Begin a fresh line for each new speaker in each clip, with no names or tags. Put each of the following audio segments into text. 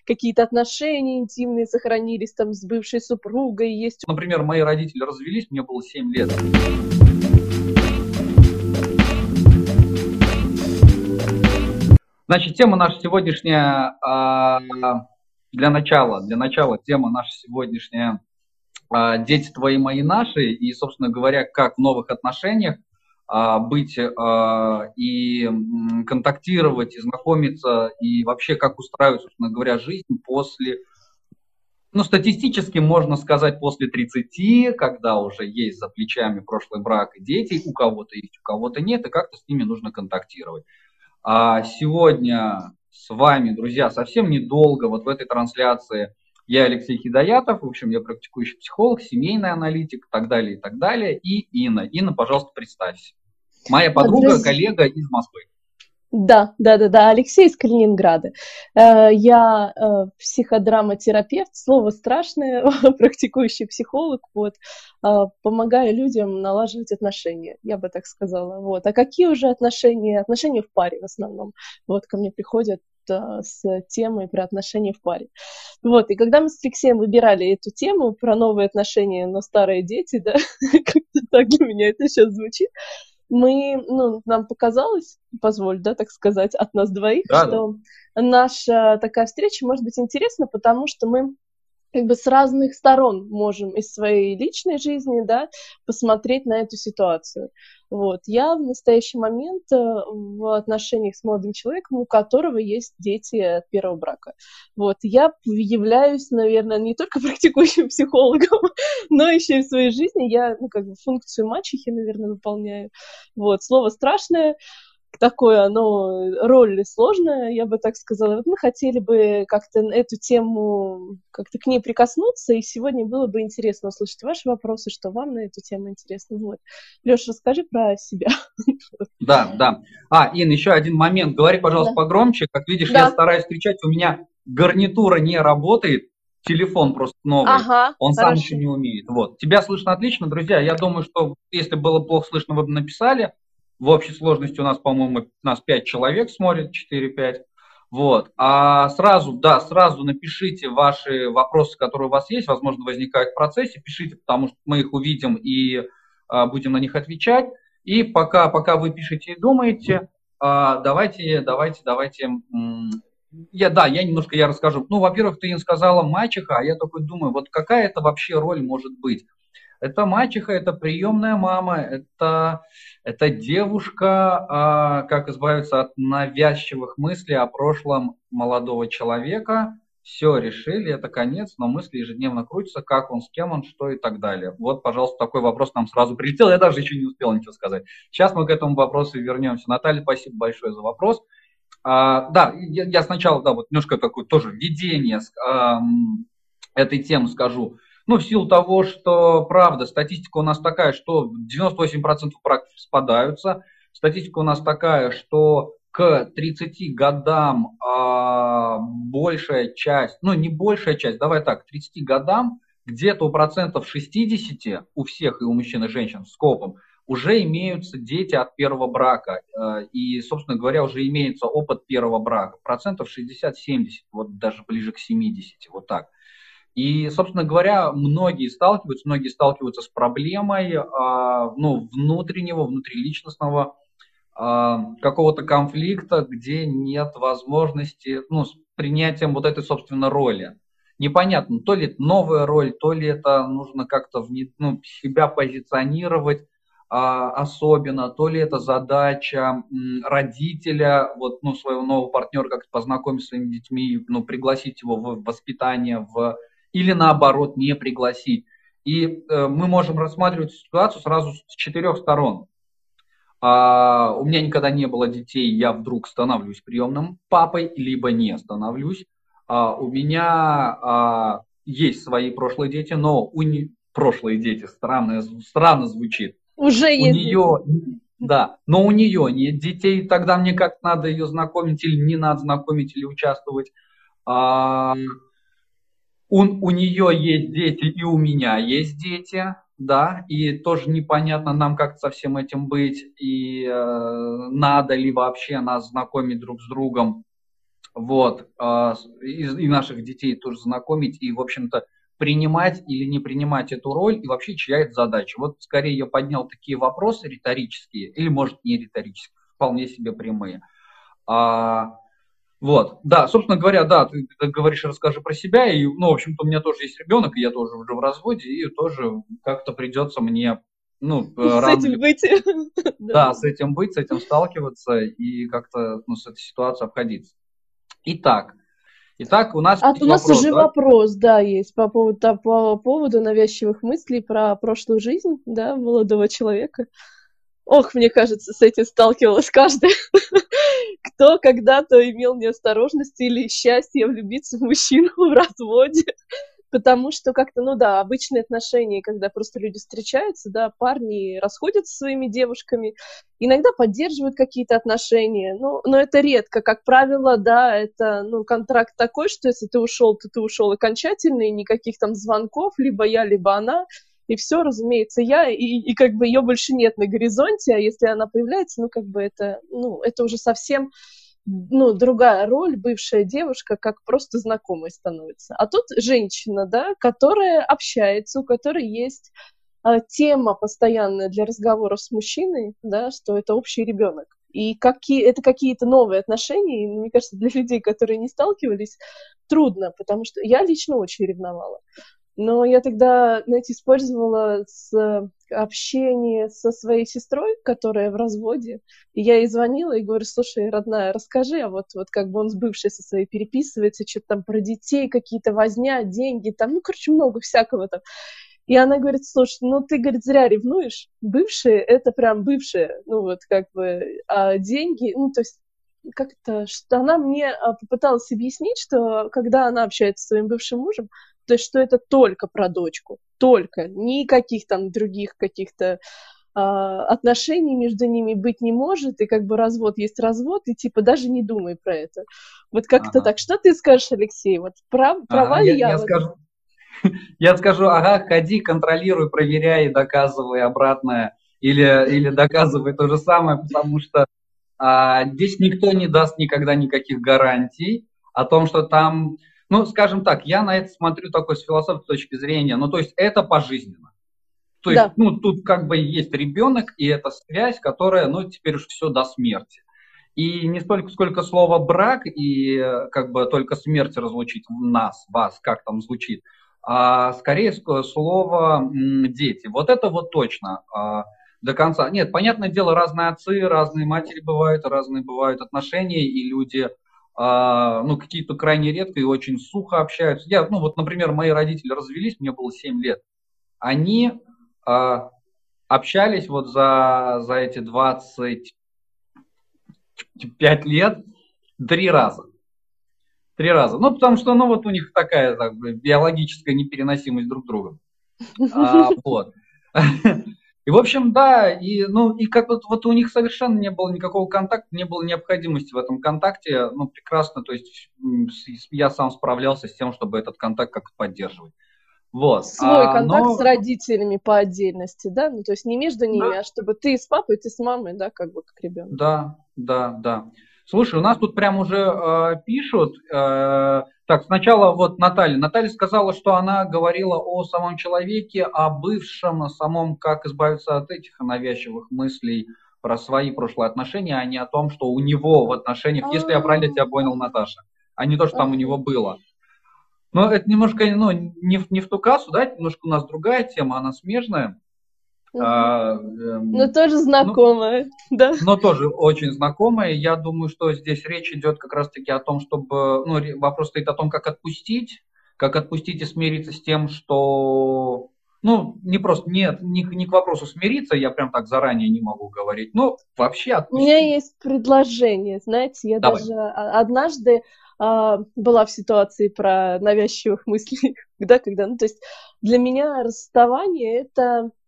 какие-то отношения интимные сохранились там с бывшей супругой, есть...
Например, мои родители развелись, мне было 7 лет. Значит, тема наша сегодняшняя, для начала тема наша сегодняшняя «Дети твои, мои, наши». И, собственно говоря, как в новых отношениях быть и контактировать, и знакомиться, и вообще как устраивать, собственно говоря, жизнь после, ну, статистически можно сказать, после 30, когда уже есть за плечами прошлый брак и дети, у кого-то есть, у кого-то нет, и как-то с ними нужно контактировать. А сегодня с вами, друзья, совсем недолго вот в этой трансляции я Алексей Хидаятов, в общем, я практикующий психолог, семейный аналитик, так далее, и Инна. Инна, пожалуйста, представься. Моя подруга, коллега из Москвы.
Да, Алексей из Калининграда. Я психодраматерапевт, слово страшное, практикующий психолог, вот, помогаю людям налаживать отношения, я бы так сказала. Вот. А какие уже отношения? Отношения в паре в основном. Вот ко мне приходят с темой про отношения в паре. Вот, и когда мы с Алексеем выбирали эту тему про новые отношения, но старые дети, да, как-то так для меня это сейчас звучит, нам показалось, позволь, да, так сказать, от нас двоих,
Да,
что наша такая встреча может быть интересна, потому что мы как бы с разных сторон можем из своей личной жизни, да, посмотреть на эту ситуацию. Вот. Я в настоящий момент в отношениях с молодым человеком, у которого есть дети от первого брака. Вот. Я являюсь, наверное, не только практикующим психологом, но еще и в своей жизни я, функцию мачехи, наверное, выполняю. Вот. Слово страшное, такое оно, роль сложная, я бы так сказала. Вот мы хотели бы как-то эту тему, как-то к ней прикоснуться, и сегодня было бы интересно услышать ваши вопросы, что вам на эту тему интересно. Вот. Леша, расскажи про себя.
Да. Ин, еще один момент. Говори, пожалуйста, погромче. Как видишь, я стараюсь кричать, у меня гарнитура не работает, телефон просто новый, он сам еще не умеет. Вот. Тебя слышно отлично, друзья. Я думаю, что если было плохо слышно, вы бы написали. В общей сложности у нас, по-моему, 5 человек смотрит, 4-5. Вот. А сразу напишите ваши вопросы, которые у вас есть, возможно, возникают в процессе. Пишите, потому что мы их увидим и будем на них отвечать. И пока вы пишете и думаете, давайте. Я немножко расскажу. Ну, во-первых, ты им сказала мачеха, а я такой думаю, вот какая это вообще роль может быть? Это мачеха, это приемная мама, это девушка, как избавиться от навязчивых мыслей о прошлом молодого человека. Все, решили, это конец, но мысли ежедневно крутятся, как он, с кем он, что и так далее. Вот, пожалуйста, такой вопрос нам сразу прилетел, я даже еще не успел ничего сказать. Сейчас мы к этому вопросу вернемся. Наталья, спасибо большое за вопрос. Я сначала, вот немножко такое тоже введение этой темы скажу. Ну, в силу того, что, правда, статистика у нас такая, что 98% браков распадаются. Статистика у нас такая, что к 30 годам большая часть, ну, не большая часть, давай так, к 30 годам где-то у процентов 60, у всех, и у мужчин, и женщин, скопом, уже имеются дети от первого брака. И, собственно говоря, уже имеется опыт первого брака. Процентов 60-70, вот даже ближе к 70, вот так. И, собственно говоря, многие сталкиваются с проблемой внутреннего, внутриличностного какого-то конфликта, где нет возможности, с принятием вот этой, собственно, роли. Непонятно, то ли это новая роль, то ли это нужно как-то себя позиционировать особенно, то ли это задача родителя, своего нового партнера как-то познакомить с своими детьми, пригласить его в воспитание, или наоборот не пригласить. И мы можем рассматривать ситуацию сразу с 4 сторон. У меня никогда не было детей, я вдруг становлюсь приемным папой, либо не становлюсь. У меня есть свои прошлые дети, но прошлые дети, странно звучит.
Уже есть
нее, да, но у нее нет детей, тогда мне как-то надо ее знакомить или не надо знакомить, или участвовать. У нее есть дети, и у меня есть дети, да, и тоже непонятно нам как-то со всем этим быть, и надо ли вообще нас знакомить друг с другом. вот, и наших детей тоже знакомить, и, в общем-то, принимать или не принимать эту роль, и вообще чья это задача. Вот скорее я поднял такие вопросы риторические, или, может, не риторические, вполне себе прямые. А, вот, да, собственно говоря, да, ты говоришь, расскажи про себя, и, ну, в общем-то, у меня тоже есть ребенок, и я тоже уже в разводе, и тоже как-то придется мне, ну,
С
рано или
этим быть. Да.
да, с этим быть, с этим сталкиваться и как-то, ну, с этой ситуацией обходиться. Итак, у нас
А
есть
у нас
вопрос,
уже
да?
вопрос, да, есть по поводу навязчивых мыслей про прошлую жизнь, да, молодого человека. Ох, мне кажется, с этим сталкивалась каждая, кто когда-то имел неосторожность или счастье влюбиться в мужчину в разводе. Потому что как-то, ну да, обычные отношения, когда просто люди встречаются, да, парни расходятся со своими девушками, иногда поддерживают какие-то отношения, но это редко. Как правило, да, это, ну, контракт такой, что если ты ушел, то ты ушел окончательно, и никаких там звонков, либо я, либо она, и все, разумеется, я, и как бы ее больше нет на горизонте, а если она появляется, ну, как бы это, ну, это уже совсем, ну, другая роль, бывшая девушка, как просто знакомой становится. А тут женщина, да, которая общается, у которой есть тема постоянная для разговоров с мужчиной, да, что это общий ребенок. И это какие-то новые отношения, и, мне кажется, для людей, которые не сталкивались, трудно, потому что я лично очень ревновала. Но я тогда, знаете, использовала общение со своей сестрой, которая в разводе. И я ей звонила и говорю: слушай, родная, расскажи, а вот как бы он с бывшей со своей переписывается, что-то там про детей, какие-то возня, деньги, там, ну, короче, много всякого там. И она говорит: слушай, ну ты, говорит, зря ревнуешь, бывшие — это прям бывшие, ну вот как бы, а деньги, ну то есть как-то, что она мне попыталась объяснить, что когда она общается со своим бывшим мужем, то есть что это только про дочку, только, никаких там других каких-то отношений между ними быть не может, и как бы развод есть развод, и типа даже не думай про это. Вот как-то
Ага,
так. Что ты скажешь, Алексей? Вот
ага,
права ли я
я
в этом?
скажу, я скажу, ага, ходи, контролируй, проверяй, доказывай обратное, или доказывай то же самое, потому что здесь никто не даст никогда никаких гарантий о том, что там, ну, скажем так, я на это смотрю такой с философской точки зрения, ну, то есть это пожизненно. То есть,
Да.
ну, тут как бы есть ребенок, и это связь, которая, ну, теперь уж все до смерти. И не столько, сколько слово брак и как бы только смерть разлучит нас, вас, как там звучит, а скорее слово дети. Вот это вот точно до конца. Нет, понятное дело, разные отцы, разные матери бывают, разные бывают отношения, и люди, ну, какие-то крайне редко и очень сухо общаются. Я, ну, вот, например, мои родители развелись, мне было 7 лет. Они а, общались вот за эти 25 лет 3 раза. 3 раза. Ну, потому что, ну, вот у них такая так, биологическая непереносимость друг друга. Вот. И, в общем, да, и, ну, и как вот у них совершенно не было никакого контакта, не было необходимости в этом контакте, ну, прекрасно, то есть я сам справлялся с тем, чтобы этот контакт как-то поддерживать. Вот,
Свой контакт с
но,
родителями по отдельности, да, ну то есть не между ними,
да,
а чтобы ты с папой, ты с мамой, да, как бы как ребенок.
да, да, да. Слушай, у нас тут прям уже пишут. Так, сначала вот Наталья. Наталья сказала, что она говорила о самом человеке, о бывшем, о самом, как избавиться от этих навязчивых мыслей про свои прошлые отношения, а не о том, что у него в отношениях,
А,
если я правильно тебя понял, Наташа, а не то, что там у него
ага.
было. Но это немножко, ну, не в ту кассу, да, немножко у нас другая тема, она смежная.
Мгм.
А,
Но тоже
ну,
знакомая, да.
но тоже очень знакомая. Я думаю, что здесь речь идет как раз-таки о том, чтобы, ну, вопрос стоит о том, как отпустить и смириться с тем, что, ну, не просто, нет, не к вопросу смириться, я прям так заранее не могу говорить, но вообще
У меня
отпустить.
есть предложение, знаете, я
Давай.
даже однажды была в ситуации про навязчивых мыслей, да, когда, ну, то есть для меня расставание — это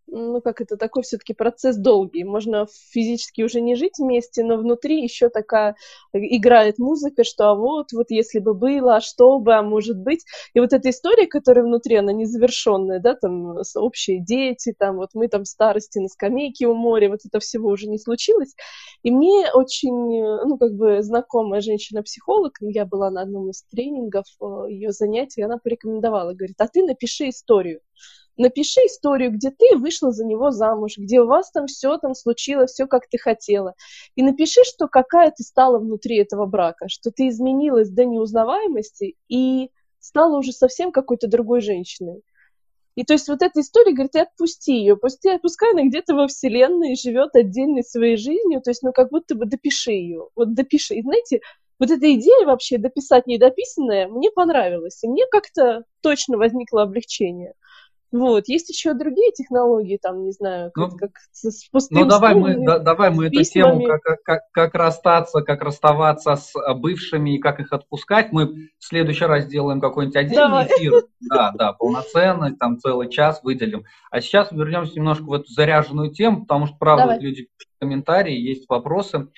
ну, как это, такой все-таки процесс долгий. Можно физически уже не жить вместе, но внутри еще такая играет музыка, что вот если бы было, а что бы, а может быть. И вот эта история, которая внутри, она незавершенная, да, там общие дети, там вот мы там в старости на скамейке у моря, вот это всего уже не случилось. И мне очень, ну, как бы знакомая женщина-психолог, я была на одном из тренингов, ее занятий, она порекомендовала, говорит, а ты напиши историю. Напиши историю, где ты вышла за него замуж, где у вас там все там случилось, все как ты хотела. И напиши, что какая ты стала внутри этого брака, что ты изменилась до неузнаваемости и стала уже совсем какой-то другой женщиной. И то есть вот эта история, говорит, ты отпусти ее, пускай она где-то во вселенной живет отдельной своей жизнью, то есть, ну, как будто бы допиши ее, вот допиши. И знаете, вот эта идея вообще дописать недописанное мне понравилась, и мне как-то точно возникло облегчение. Вот, есть еще другие технологии, там, не знаю,
Ну,
как с пустым стулом,
давай мы
с
эту тему,
письмами.
как расстаться, как расставаться с бывшими и как их отпускать, мы в следующий раз сделаем какой-нибудь отдельный
Давай.
эфир, да, полноценный, там целый час выделим. А сейчас вернемся немножко в эту заряженную тему, потому что, правда, вот
Давай.
люди пишут комментарии, есть вопросы.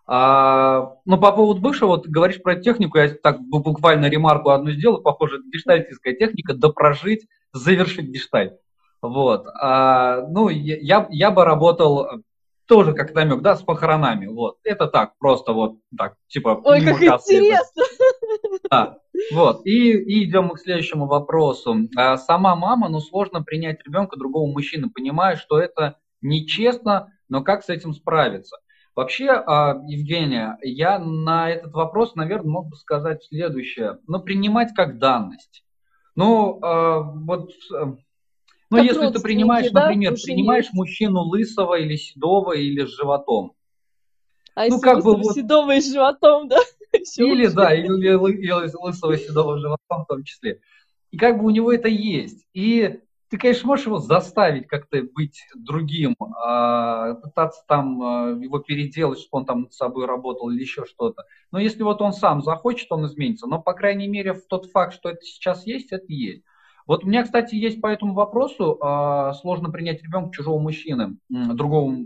Ну, по поводу бывшего, вот говоришь про технику, я так буквально ремарку одну сделал, похоже, это гештальтистская техника, допрожить, завершить гештальт. Вот. Ну, я бы работал тоже как намек, да, с похоронами. Вот. Это так, просто вот так, типа
Ой, как
мимо кассы.
интересно.
Да. Вот. И идем к следующему вопросу. Сама мама, ну, сложно принять ребенка другого мужчины, понимая, что это нечестно, но как с этим справиться? Вообще, Евгения, я на этот вопрос, наверное, мог бы сказать следующее. Ну, принимать как данность. Ну, вот, ну,
Как
если ты
родственники,
принимаешь,
да,
например,
уже
принимаешь
есть.
мужчину лысого или седого, или с животом,
А
ну,
если
как бы
лысого
вот,
седого и с животом, да, еще
или,
лучше.
да, или лысого седого с животом в том числе. И как бы у него это есть. И ты, конечно, можешь его заставить как-то быть другим, пытаться там его переделать, чтобы он там над собой работал или еще что-то. Но если вот он сам захочет, он изменится. Но, по крайней мере, в тот факт, что это сейчас есть, это есть. Вот у меня, кстати, есть по этому вопросу, сложно принять ребенка чужого мужчины, другого,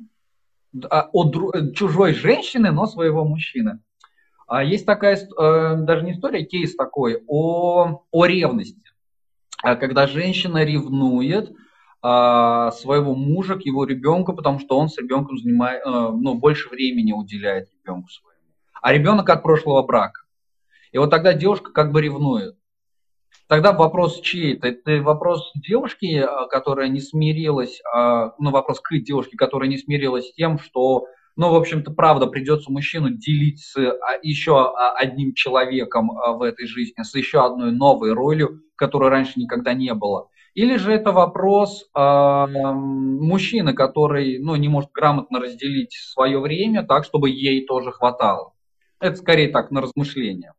чужой женщины, но своего мужчины. Есть такая, даже не история, кейс такой, о ревности. Когда женщина ревнует своего мужа к его ребенку, потому что он с ребенком занимает, ну, больше времени уделяет ребенку своему. А ребенок от прошлого брака. И вот тогда девушка как бы ревнует. Тогда вопрос чей это? Это вопрос девушки, которая не смирилась, ну, вопрос к девушке, которая не смирилась с тем, что, ну, в общем-то, правда, придется мужчину делить с еще одним человеком в этой жизни, с еще одной новой ролью, которой раньше никогда не было. Или же это вопрос мужчины, который, ну, не может грамотно разделить свое время так, чтобы ей тоже хватало. Это скорее так, на размышление,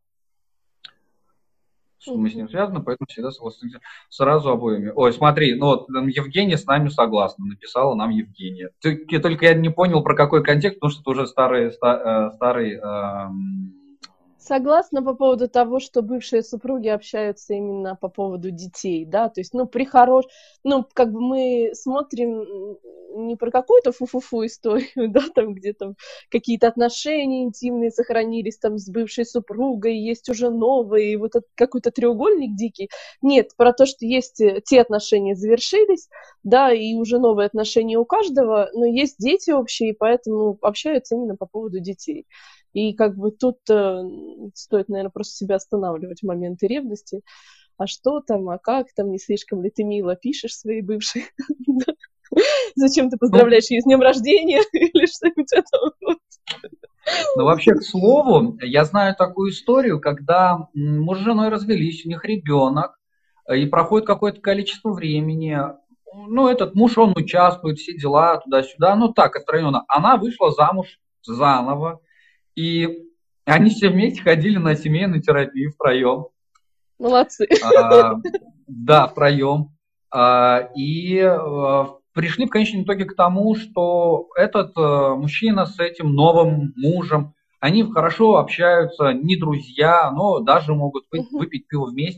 что мы с ним связаны, поэтому всегда согласны сразу обоими. Ой, смотри, ну вот Евгения с нами согласна, написала нам Евгения. Только я не понял, про какой контекст, потому что это уже старый
Согласна по поводу того, что бывшие супруги общаются именно по поводу детей, да, то есть, ну, ну, как бы мы смотрим не про какую-то фу-фу-фу историю, да, там, где там какие-то отношения интимные сохранились там с бывшей супругой, есть уже новые, и вот этот какой-то треугольник дикий. Нет, про то, что есть те отношения завершились, да, и уже новые отношения у каждого, но есть дети общие, поэтому общаются именно по поводу детей. И как бы тут стоит, наверное, просто себя останавливать в моменты ревности. А что там, а как там, не слишком ли ты мило пишешь своей бывшей? Зачем ты
ну,
поздравляешь ее с днем рождения или что-нибудь этого?
ну, вообще, к слову, я знаю такую историю, когда муж с женой развелись, у них ребенок, и проходит какое-то количество времени. Ну, этот муж, он участвует, все дела туда-сюда, ну так, отстраненно. Она вышла замуж заново, и они все вместе ходили на семейную терапию втроем.
Молодцы.
Да, втроем. И пришли в конечном итоге к тому, что этот мужчина с этим новым мужем, они хорошо общаются, не друзья, но даже могут выпить пиво вместе.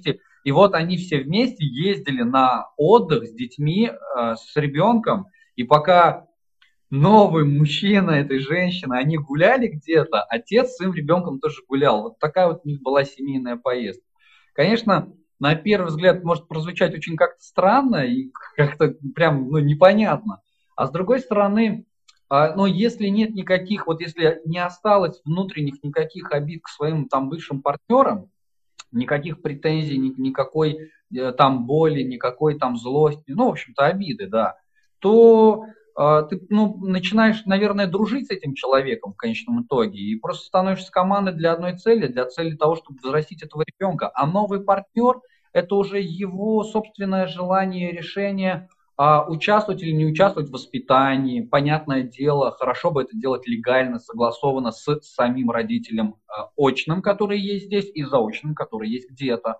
И вот они все вместе ездили на отдых с детьми, с ребенком, и пока новый мужчина этой женщины, они гуляли где-то, отец с своим ребенком тоже гулял. Вот такая вот у них была семейная поездка. Конечно, на первый взгляд может прозвучать очень как-то странно и как-то прям непонятно. А с другой стороны, но если нет никаких, вот если не осталось внутренних никаких обид к своим там бывшим партнерам, никаких претензий, никакой там боли, никакой там злости, в общем-то, обиды, да, то ты начинаешь, наверное, дружить с этим человеком в конечном итоге и просто становишься командой для одной цели, для цели того, чтобы взрастить этого ребенка. А новый партнер – это уже его собственное желание, решение участвовать или не участвовать в воспитании. Понятное дело, хорошо бы это делать легально, согласованно с самим родителем очным, который есть здесь, и заочным, который есть где-то.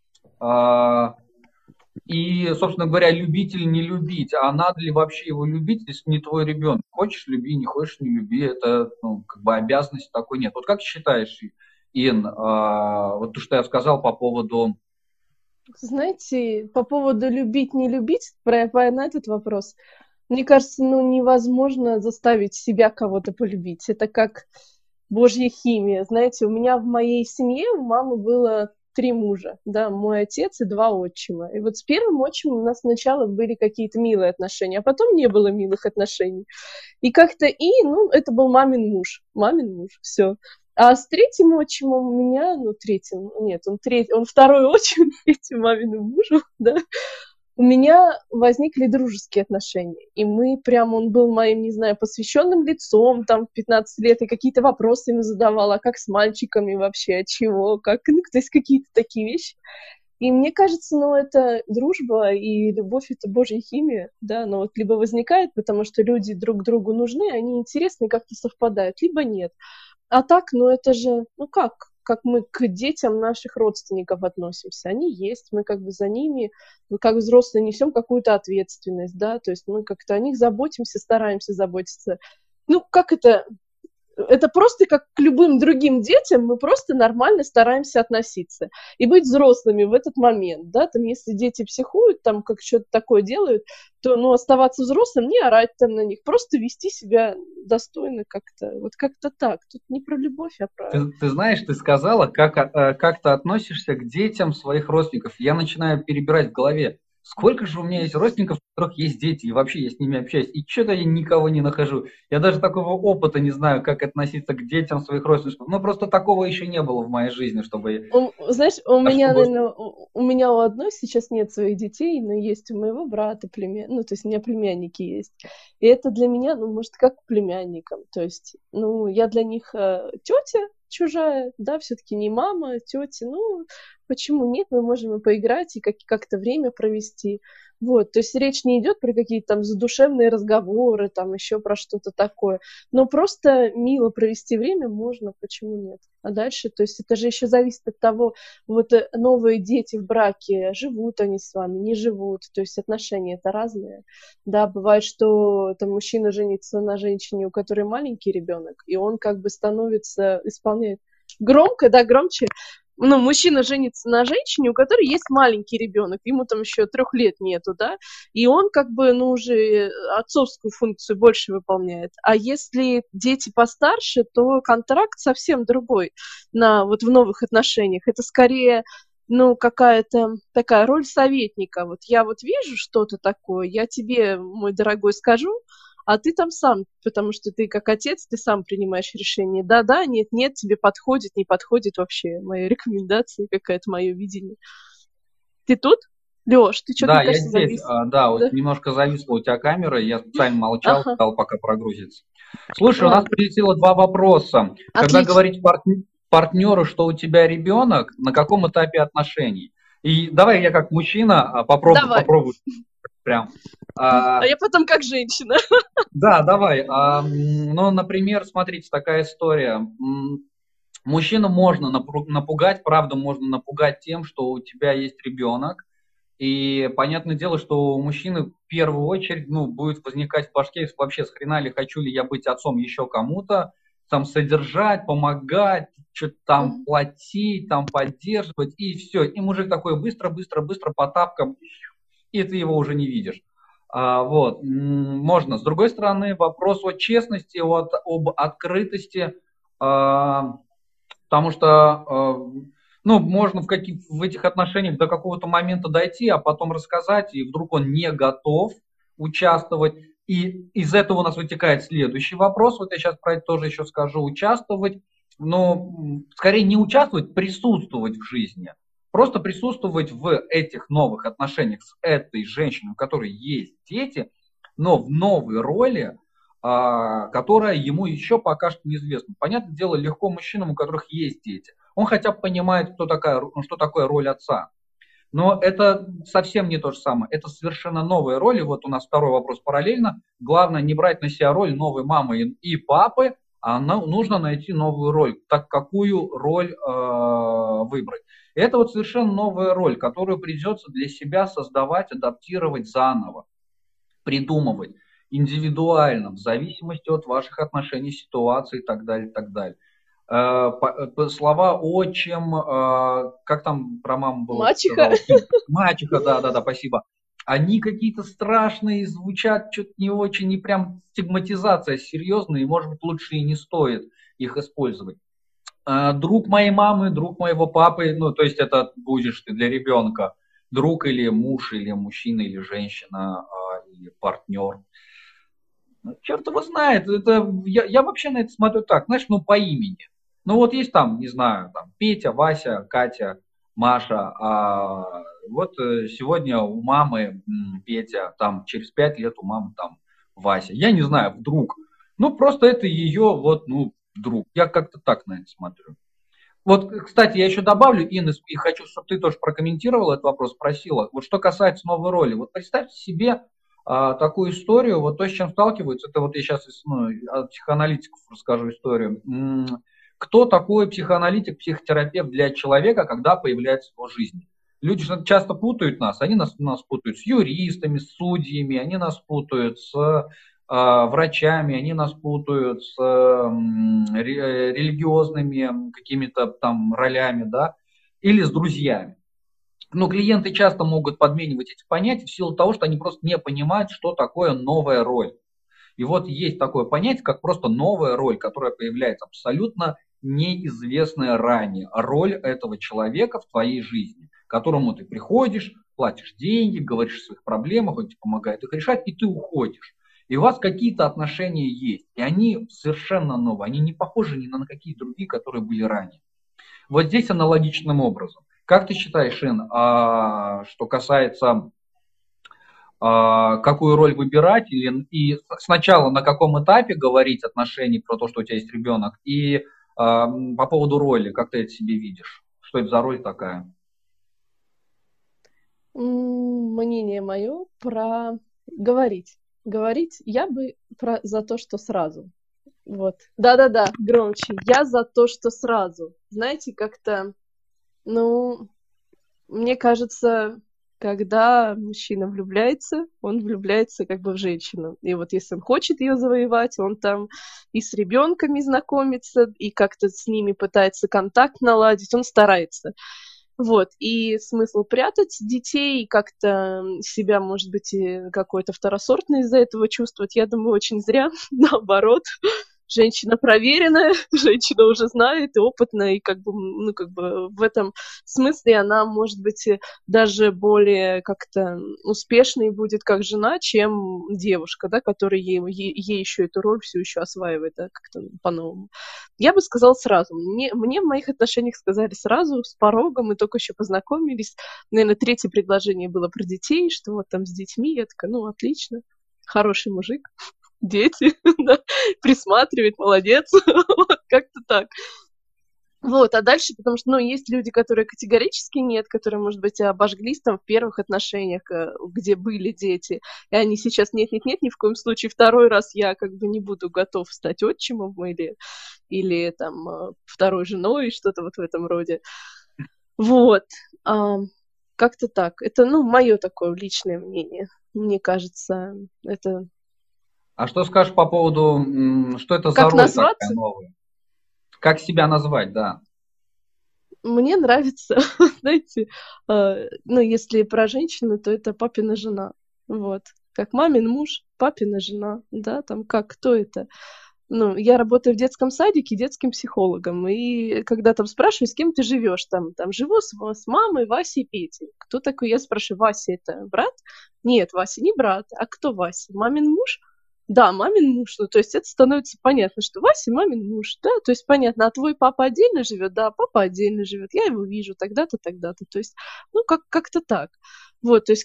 И, собственно говоря, любить или не любить, а надо ли вообще его любить, если не твой ребенок? Хочешь – люби, не хочешь – не люби, это обязанности такой нет. Вот как считаешь, Ин, вот то, что я сказал по поводу...
Знаете, по поводу любить, не любить, на этот вопрос, мне кажется, невозможно заставить себя кого-то полюбить. Это как божья химия. Знаете, у меня в моей семье у мамы было 3 мужа, да, мой отец и 2 отчима. И вот с первым отчимом у нас сначала были какие-то милые отношения, а потом не было милых отношений. И как-то это был мамин муж, все. А с третьим отчимом у меня, он второй отчим, третьим маминым мужем, да, у меня возникли дружеские отношения. И он был моим, не знаю, посвященным лицом, там, в 15 лет, и какие-то вопросы ему задавала, как с мальчиками вообще, от чего, как, то есть какие-то такие вещи. И мне кажется, это дружба и любовь — это божья химия, да, но вот либо возникает, потому что люди друг другу нужны, они интересны, как-то совпадают, либо нет. А так, это же, как мы к детям наших родственников относимся. Они есть, мы как бы за ними, как взрослые, несем какую-то ответственность, да, то есть мы как-то о них заботимся, стараемся заботиться. Как это просто как к любым другим детям мы просто нормально стараемся относиться и быть взрослыми в этот момент, да, там, если дети психуют, там, как что-то такое делают, то, оставаться взрослым, не орать там на них, просто вести себя достойно как-то, вот как-то так. Тут не про любовь, а про...
Ты знаешь, ты сказала, как ты относишься к детям своих родственников. Я начинаю перебирать в голове, сколько же у меня есть родственников, у которых есть дети, и вообще я с ними общаюсь, и что-то я никого не нахожу. Я даже такого опыта не знаю, как относиться к детям своих родственников. Просто такого еще не было в моей жизни, чтобы...
Знаешь, у меня у одной сейчас нет своих детей, но есть у моего брата племянники, то есть у меня племянники есть. И это для меня, может, как к племянникам. То есть, я для них тетя чужая, да, все-таки не мама, тетя, почему нет, мы можем и поиграть, и как-то время провести. Вот, то есть речь не идет про какие-то там задушевные разговоры, там еще про что-то такое, но просто мило провести время можно, почему нет? А дальше, то есть это же еще зависит от того, новые дети в браке, живут они с вами, не живут, то есть отношения это разные. Да, бывает, что там мужчина женится на женщине, у которой маленький ребенок, и он как бы исполняет громко, да, громче. Мужчина женится на женщине, у которой есть маленький ребенок, ему там еще 3 лет нету, да, и он как бы, уже отцовскую функцию больше выполняет. А если дети постарше, то контракт совсем другой в новых отношениях. Это скорее, какая-то такая роль советника. Вот я вижу что-то такое, я тебе, мой дорогой, скажу, а ты там сам, потому что ты как отец, ты сам принимаешь решение. Да-да, нет-нет, тебе подходит, не подходит вообще моя рекомендация, какая-то мое видение. Ты тут? Лёш, ты что-то,
Да,
мне кажется,
я здесь,
да?
вот немножко зависла у тебя камера, я специально молчал,
Ага.
ждал, пока прогрузится. Слушай, у нас
Ладно.
прилетело 2 вопроса. Когда
Отлично.
говорить партнеру, что у тебя ребенок, на каком этапе отношений? И давай я как мужчина попробую прям.
А я потом как женщина.
Да, давай. Например, смотрите, такая история. Мужчину можно напугать, правда, можно напугать тем, что у тебя есть ребенок. И понятное дело, что у мужчины в первую очередь будет возникать в башке вообще, с хрена ли хочу ли я быть отцом еще кому-то, там содержать, помогать, что-то там платить, там поддерживать, и все. И мужик такой быстро по тапкам, и ты его уже не видишь. Вот, можно. С другой стороны, вопрос о честности, об открытости, потому что, ну, можно в этих отношениях до какого-то момента дойти, а потом рассказать, и вдруг он не готов участвовать. И из этого у нас вытекает следующий вопрос. Вот я сейчас про это тоже еще скажу. Участвовать, но скорее не участвовать, присутствовать в жизни. Просто присутствовать в этих новых отношениях с этой женщиной, у которой есть дети, но в новой роли, которая ему еще пока что неизвестна. Понятное дело, легко мужчинам, у которых есть дети. Он хотя бы понимает, что такое роль отца. Но это совсем не то же самое. Это совершенно новая роль. И вот у нас второй вопрос параллельно. Главное не брать на себя роль новой мамы и папы, а нужно найти новую роль. Так какую роль выбрать? Это вот совершенно новая роль, которую придется для себя создавать, адаптировать заново, придумывать индивидуально, в зависимости от ваших отношений, ситуации и так далее, и так далее. Слова отчим, как там про маму было?
Мачеха.
Мачеха, да, спасибо. Они какие-то страшные, звучат что-то не очень, не прям стигматизация серьезная, и, может быть, лучше и не стоит их использовать. Друг моей мамы, друг моего папы, ну, то есть это будешь ты для ребенка, друг или муж, или мужчина, или женщина, или партнер. Черт его знает, я вообще на это смотрю так, знаешь, ну, по имени. Ну, вот есть там, не знаю, там, Петя, Вася, Катя, Маша, а вот сегодня у мамы Петя, там, через 5 лет у мамы там Вася. Я не знаю, вдруг. Ну, просто это ее, вот, ну, друг. Я как-то так на это смотрю. Вот, кстати, я еще добавлю, Инна, и хочу, чтобы ты тоже прокомментировала этот вопрос, спросила. Вот что касается новой роли. Вот представьте себе такую историю, вот то, с чем сталкиваются, это вот я сейчас от психоаналитиков расскажу историю. Кто такой психоаналитик, психотерапевт для человека, когда появляется в его жизни? Люди же часто путают нас, они нас путают с юристами, с судьями, они нас путают с врачами, они нас путают с религиозными какими-то там ролями, да, или с друзьями. Но клиенты часто могут подменивать эти понятия в силу того, что они просто не понимают, что такое новая роль. И вот есть такое понятие, как просто новая роль, которая появляется абсолютно неизвестная ранее. Роль этого человека в твоей жизни, к которому ты приходишь, платишь деньги, говоришь о своих проблемах, он тебе помогает их решать, и ты уходишь. И у вас какие-то отношения есть, и они совершенно новые, они не похожи ни на какие другие, которые были ранее. Вот здесь аналогичным образом. Как ты считаешь, Ин, что касается, какую роль выбирать, и сначала на каком этапе говорить отношений про то, что у тебя есть ребенок, и по поводу роли, как ты это себе видишь? Что это за роль такая?
Мнение мое про говорить. Говорить я бы за то, что сразу. Вот. Да-да-да, громче. Я за то, что сразу. Знаете, как-то, ну, мне кажется, когда мужчина влюбляется, он влюбляется как бы в женщину. И вот если он хочет ее завоевать, он там и с ребенками знакомится, и как-то с ними пытается контакт наладить, он старается. Вот, и смысл прятать детей, как-то себя, может быть, и какой-то второсортный из-за этого чувствовать, я думаю, очень зря, наоборот. Женщина проверенная, женщина уже знает и опытная, и как бы, ну, как бы в этом смысле она, может быть, даже более как-то успешной будет как жена, чем девушка, да, которая ей еще эту роль все еще осваивает, да, как-то по-новому. Я бы сказала сразу. Мне в моих отношениях сказали сразу, с порога, мы только еще познакомились. Наверное, третье предложение было про детей, что вот там с детьми. Я такая, ну, отлично, хороший мужик. Дети, да, присматривает, молодец, вот, как-то так. Вот, а дальше, потому что, ну, есть люди, которые категорически нет, которые, может быть, обожглись там в первых отношениях, где были дети, и они сейчас нет-нет-нет, ни в коем случае второй раз я как бы не буду готов стать отчимом или там второй женой, что-то вот в этом роде. Вот, как-то так. Это, ну, мое такое личное мнение. Мне кажется, это...
А что скажешь по поводу, что это
Как
за роль
назваться?
такая новая? Как себя назвать, да.
Мне нравится, знаете, ну, если про женщину, то это папина жена. Вот. Как мамин муж, папина жена, да, там как, кто это? Ну, я работаю в детском садике детским психологом, и когда там спрашиваю, с кем ты живешь, там живу с мамой, Васей и Петей. Кто такой? Я спрашиваю, Вася это брат? Нет, Вася не брат. А кто Вася? Мамин муж? Да, мамин муж. Ну, то есть это становится понятно, что Вася мамин муж, да, то есть понятно, а твой папа отдельно живет? Да, папа отдельно живет, я его вижу тогда-то, тогда-то. То есть, ну, как-то так. Вот, то есть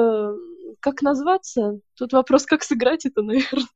как назваться? Тут вопрос, как сыграть это, наверное.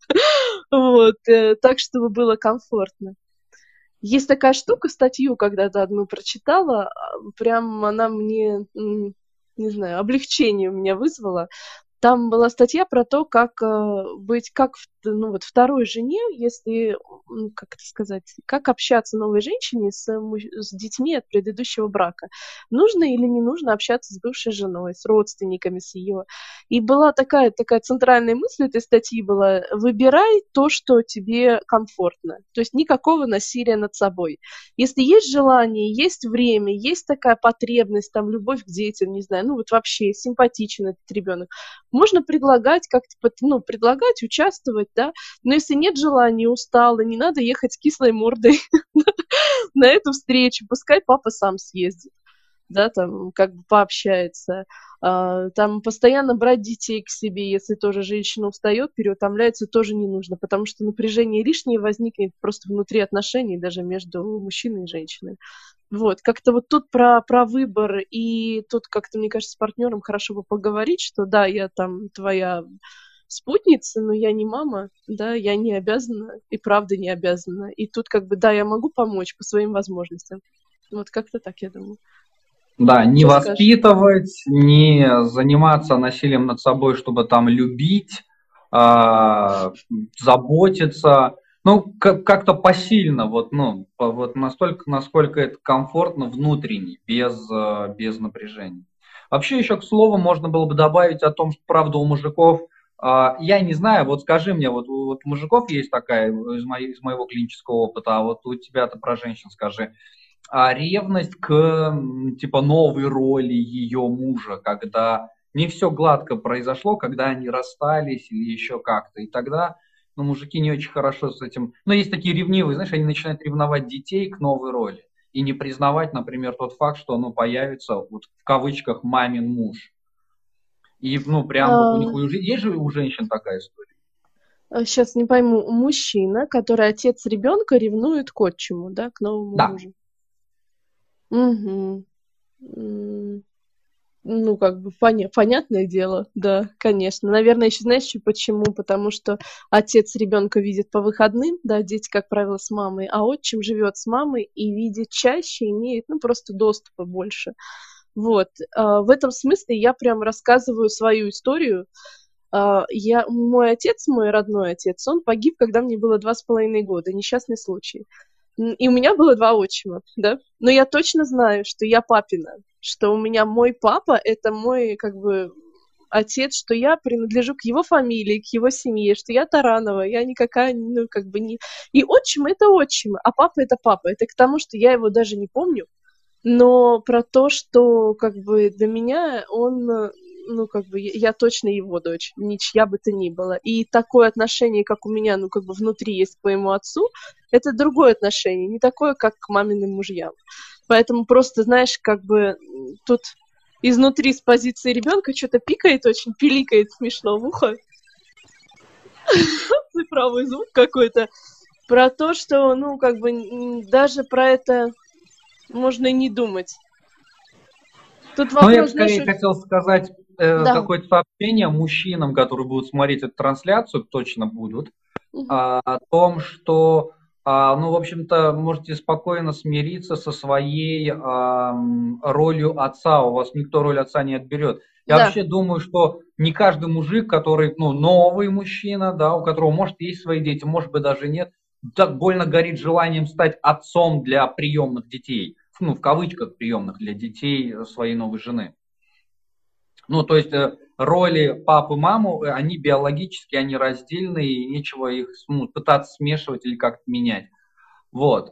Вот, так, чтобы было комфортно. Есть такая штука, статью когда-то одну прочитала, прям она мне, не знаю, облегчение у меня вызвала. Там была статья про то, как быть, как, ну, вот второй жене, если, как это сказать, как общаться новой женщине с детьми от предыдущего брака. Нужно или не нужно общаться с бывшей женой, с родственниками, с ее. И была такая центральная мысль этой статьи была: выбирай то, что тебе комфортно. То есть никакого насилия над собой. Если есть желание, есть время, есть такая потребность, там, любовь к детям, не знаю, ну вот вообще симпатичен этот ребенок, можно предлагать как-то, ну, предлагать, участвовать, да, но если нет желания, устала, не надо ехать с кислой мордой на эту встречу, пускай папа сам съездит, да, там, как бы пообщается, там, постоянно брать детей к себе, если тоже женщина устает, переутомляется, тоже не нужно, потому что напряжение лишнее возникнет просто внутри отношений, даже между мужчиной и женщиной. Вот, как-то вот тут про выбор, и тут как-то, мне кажется, с партнером хорошо бы поговорить, что да, я там твоя спутница, но я не мама, да, я не обязана, и правда не обязана. И тут как бы, да, я могу помочь по своим возможностям. Вот как-то так, я думаю.
Да, не
Что скажешь?
воспитывать, не заниматься насилием над собой, чтобы там любить, заботиться. Ну, как-то посильно, вот, ну, вот настолько, насколько это комфортно внутренне, без напряжения. Вообще, еще к слову, можно было бы добавить о том, что, правда, у мужиков, я не знаю, вот скажи мне, вот у мужиков есть такая из моего клинического опыта, а вот у тебя-то про женщин скажи, ревность к типа новой роли ее мужа, когда не все гладко произошло, когда они расстались или еще как-то. И тогда, ну, мужики не очень хорошо с этим. Ну, есть такие ревнивые, знаешь, они начинают ревновать детей к новой роли и не признавать, например, тот факт, что, ну, появится вот в кавычках мамин муж. И, ну, прям вот у них есть же у женщин такая история.
Сейчас не пойму, мужчина, который отец ребенка, ревнует к отчиму, да, к новому
Да.
мужу. Угу. Ну, как бы понятное дело, да, конечно. Наверное, еще знаешь, почему? Потому что отец ребенка видит по выходным, да, дети, как правило, с мамой, а отчим живет с мамой и видит чаще, имеет, ну, просто доступа больше. Вот. В этом смысле я прям рассказываю свою историю. Мой отец, мой родной отец, он погиб, когда мне было 2,5 года, несчастный случай. И у меня было 2 отчима, да, но я точно знаю, что я папина, что у меня мой папа — это мой, как бы, отец, что я принадлежу к его фамилии, к его семье, что я Таранова, я никакая, ну, как бы не... И отчим — это отчим, а папа — это папа. Это к тому, что я его даже не помню, но про то, что, как бы, для меня он, ну, как бы, я точно его дочь, ничья бы то ни было. И такое отношение, как у меня, ну, как бы, внутри есть к моему отцу, это другое отношение, не такое, как к маминым мужьям. Поэтому просто, знаешь, как бы, тут изнутри с позиции ребенка что-то пикает очень, пиликает смешно в ухо. Цифровой звук какой-то. Про то, что, ну, как бы, даже про это можно и не думать. Тут
Ну, я бы
вопрос, знаешь,
скорее хотел сказать
да.
какое-то сообщение мужчинам, которые будут смотреть эту трансляцию, точно будут,
Мгм.
о том, что, ну, в общем-то, можете спокойно смириться со своей ролью отца. У вас никто роль отца не отберет. Я
Да.
вообще думаю, что не каждый мужик, который, ну, новый мужчина, да, у которого, может, есть свои дети, может быть, даже нет, так больно горит желанием стать отцом для приемных детей. Ну, в кавычках приемных для детей своей новой жены. Ну, то есть роли папы и мамы, они биологически, они раздельные, и нечего их, ну, пытаться смешивать или как-то менять. Вот.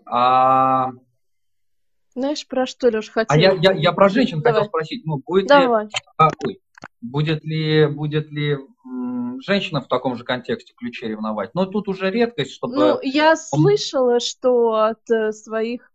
Знаешь, про что, Леш,
А я,
хотела
я, я про
поговорить?
женщин хотел
Давай,
спросить, ну, будет ли,
давай.
ой, будет ли женщина в таком же контексте ключе ревновать? Но тут уже редкость,
Ну,
чтобы...
я слышала, что от своих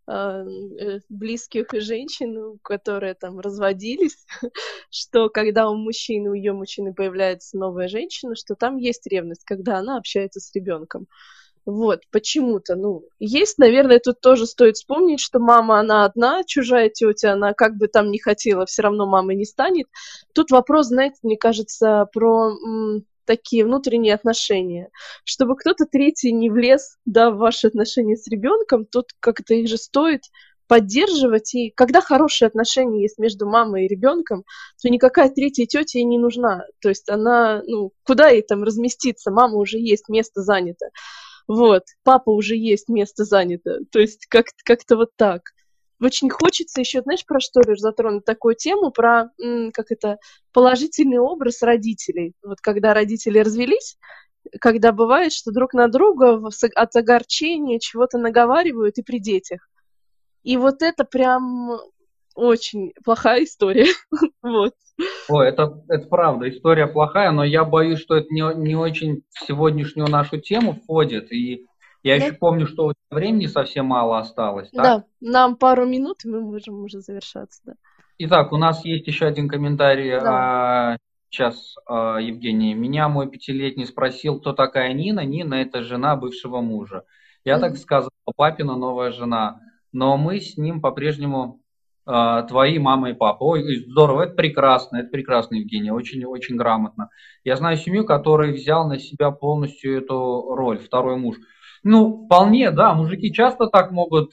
близких женщин, которые там разводились, что когда у мужчины, у ее мужчины появляется новая женщина, что там есть ревность, когда она общается с ребенком. Вот, почему-то, ну, есть, наверное, тут тоже стоит вспомнить, что мама, она одна, чужая тетя, она как бы там не хотела, все равно мамой не станет. Тут вопрос, знаете, мне кажется, про такие внутренние отношения. Чтобы кто-то третий не влез, да, в ваши отношения с ребенком, тут как-то их же стоит поддерживать. И когда хорошие отношения есть между мамой и ребенком, то никакая третья тетя ей не нужна. То есть она, ну, куда ей там разместиться? Мама уже есть, место занято. Вот, папа уже есть, место занято. То есть как-то вот так. Очень хочется еще, знаешь, про что, Леш, затронуть такую тему, про, как это, положительный образ родителей. Вот когда родители развелись, когда бывает, что друг на друга от огорчения чего-то наговаривают и при детях. И вот это прям очень плохая история. Вот.
Ой, это правда, история плохая, но я боюсь, что это не очень в сегодняшнюю нашу тему входит. И я
Да,
еще помню, что у тебя времени совсем мало осталось, так?
да, нам пару минут, и мы можем уже завершаться, да.
Итак, у нас есть еще один комментарий.
Давай.
Сейчас, Евгений. Меня мой пятилетний спросил, кто такая Нина. Нина – это жена бывшего мужа. Я так
Мгм.
сказал, папина новая жена. Но мы с ним по-прежнему твои мама и папа. Ой, здорово, это прекрасно, Евгений, очень грамотно. Я знаю семью, которая взял на себя полностью эту роль, второй муж. Ну, вполне, да, мужики часто так могут,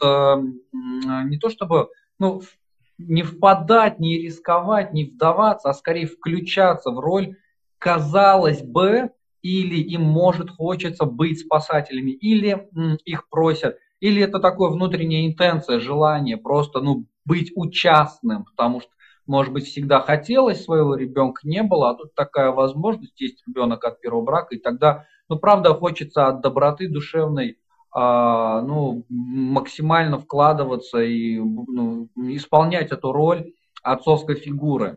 не то чтобы, ну, не впадать, не рисковать, не вдаваться, а скорее включаться в роль, казалось бы, или им может хочется быть спасателями, или их просят, или это такое внутренняя интенция, желание просто быть участным, потому что, может быть, всегда хотелось своего ребенка, не было, а тут такая возможность, есть ребенок от первого брака, и тогда, правда, хочется от доброты душевной максимально вкладываться и исполнять эту роль отцовской фигуры.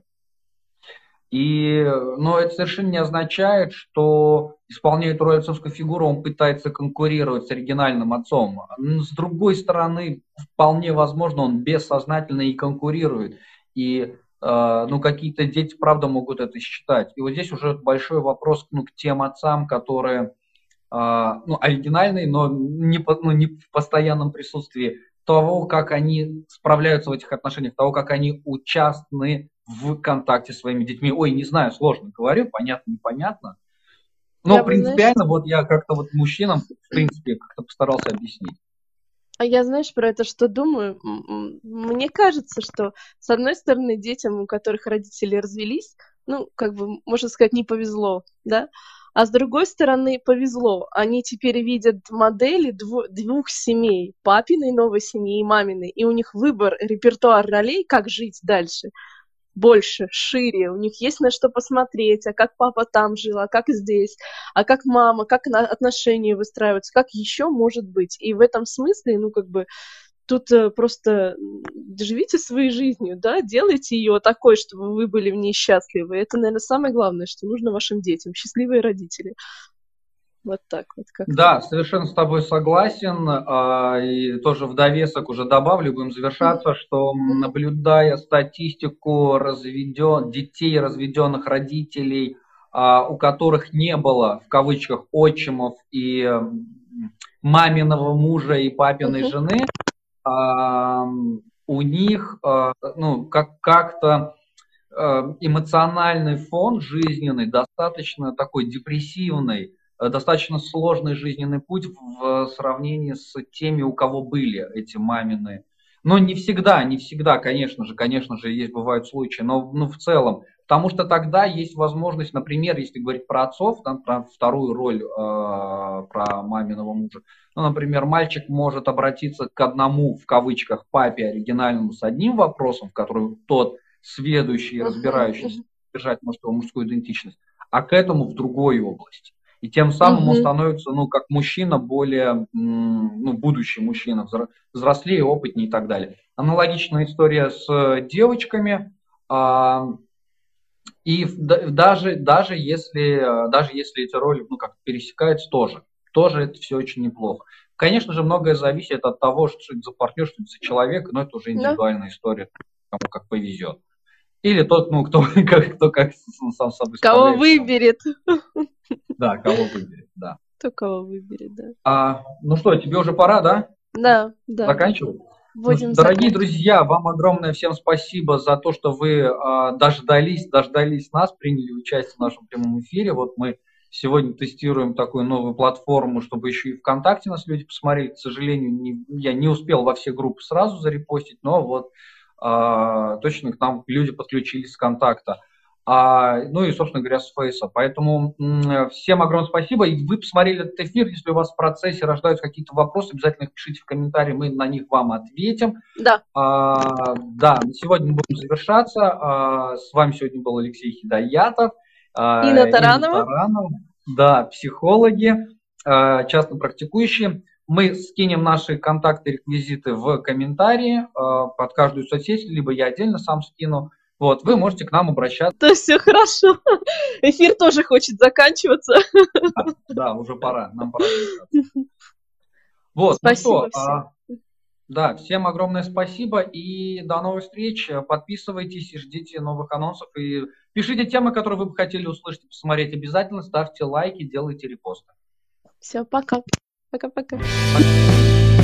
Но это совершенно не означает, что исполняя эту роль отцовской фигуры, он пытается конкурировать с оригинальным отцом. С другой стороны, вполне возможно, он бессознательно и конкурирует. И какие-то дети, правда, могут это считать. И вот здесь уже большой вопрос к тем отцам, которые оригинальный, но не в постоянном присутствии, того, как они справляются в этих отношениях, того, как они участны в контакте с своими детьми. Ой, не знаю, сложно говорю, понятно, непонятно. Но
Я бы, знаешь,
принципиально вот я как-то вот мужчинам, в принципе, как-то постарался объяснить.
а я, знаешь, про это что думаю? Мне кажется, что, с одной стороны, детям, у которых родители развелись, ну, как бы, можно сказать, не повезло, да? А с другой стороны, повезло. Они теперь видят модели двух семей, папиной новой семьи и маминой, и у них выбор, репертуар ролей, как жить дальше, больше, шире, у них есть на что посмотреть, а как папа там жил, а как здесь, а как мама, как отношения выстраиваются, как еще может быть. И в этом смысле, ну, как бы, тут просто живите своей жизнью, да, делайте ее такой, чтобы вы были в ней счастливы. Это, наверное, самое главное, что нужно вашим детям. Счастливые родители. Вот так вот как-то.
Да, совершенно с тобой согласен. И тоже в довесок уже добавлю, будем
Мгм.
завершаться, что
Мгм.
наблюдая статистику детей разведенных родителей, у которых не было, в кавычках, отчимов и маминого мужа и папиной
Мгм.
жены, у них как-то эмоциональный фон жизненный достаточно такой депрессивный, достаточно сложный жизненный путь в сравнении с теми, у кого были эти мамины. Но не всегда, конечно же, есть, бывают случаи, но в целом. Потому что тогда есть возможность, например, если говорить про отцов, там, про вторую роль, про маминого мужа, например, мальчик может обратиться к одному, в кавычках, папе оригинальному с одним вопросом, в который тот сведущий,
Мгм.
разбирающийся, держать, может, его мужскую идентичность, а к этому в другой области. И тем самым он
Мгм.
становится, ну, как мужчина, более, ну, будущий мужчина, взрослее, опытнее и так далее. Аналогичная история с девочками. а, И даже если эти роли, ну, как пересекаются, тоже это все очень неплохо. Конечно же, многое зависит от того, что это за партнер, что это за человек, но это уже
Да.
индивидуальная история, кому как повезет. Или тот, ну, кто, кто как сам с собой
Кого
справляется,
выберет?
да, кого выберет, да.
Кто кого выберет, да.
Ну что, тебе уже пора, да?
Да, да, да.
Заканчивать? Ну,
Будем
дорогие
заканчивать.
друзья, вам огромное всем спасибо за то, что вы дождались нас, приняли участие в нашем прямом эфире. Вот мы сегодня тестируем такую новую платформу, чтобы еще и ВКонтакте нас люди посмотрели. К сожалению, я не успел во все группы сразу зарепостить, но вот точно к нам люди подключились с ВКонтакта. Ну и, собственно говоря, с Фейса. Поэтому всем огромное спасибо. И вы посмотрели этот эфир. Если у вас в процессе рождаются какие-то вопросы, обязательно их пишите в комментарии, мы на них вам ответим.
Да.
Да, на сегодня мы будем завершаться. С вами сегодня был Алексей Хидоятов,
Инна
Инна
Таранова.
Таранова, да, психологи, частно практикующие. Мы скинем наши контакты, реквизиты в комментарии под каждую соцсеть, либо я отдельно сам скину. Вот, вы можете к нам обращаться.
То все хорошо. Эфир тоже хочет заканчиваться.
Да, уже пора, нам пора завершаться. Вот, ну
Спасибо
что,
всем.
да, всем огромное спасибо и до новых встреч. Подписывайтесь и ждите новых анонсов. И пишите темы, которые вы бы хотели услышать и посмотреть. Обязательно ставьте лайки, делайте репосты.
Все, пока. Пока-пока.
Пока.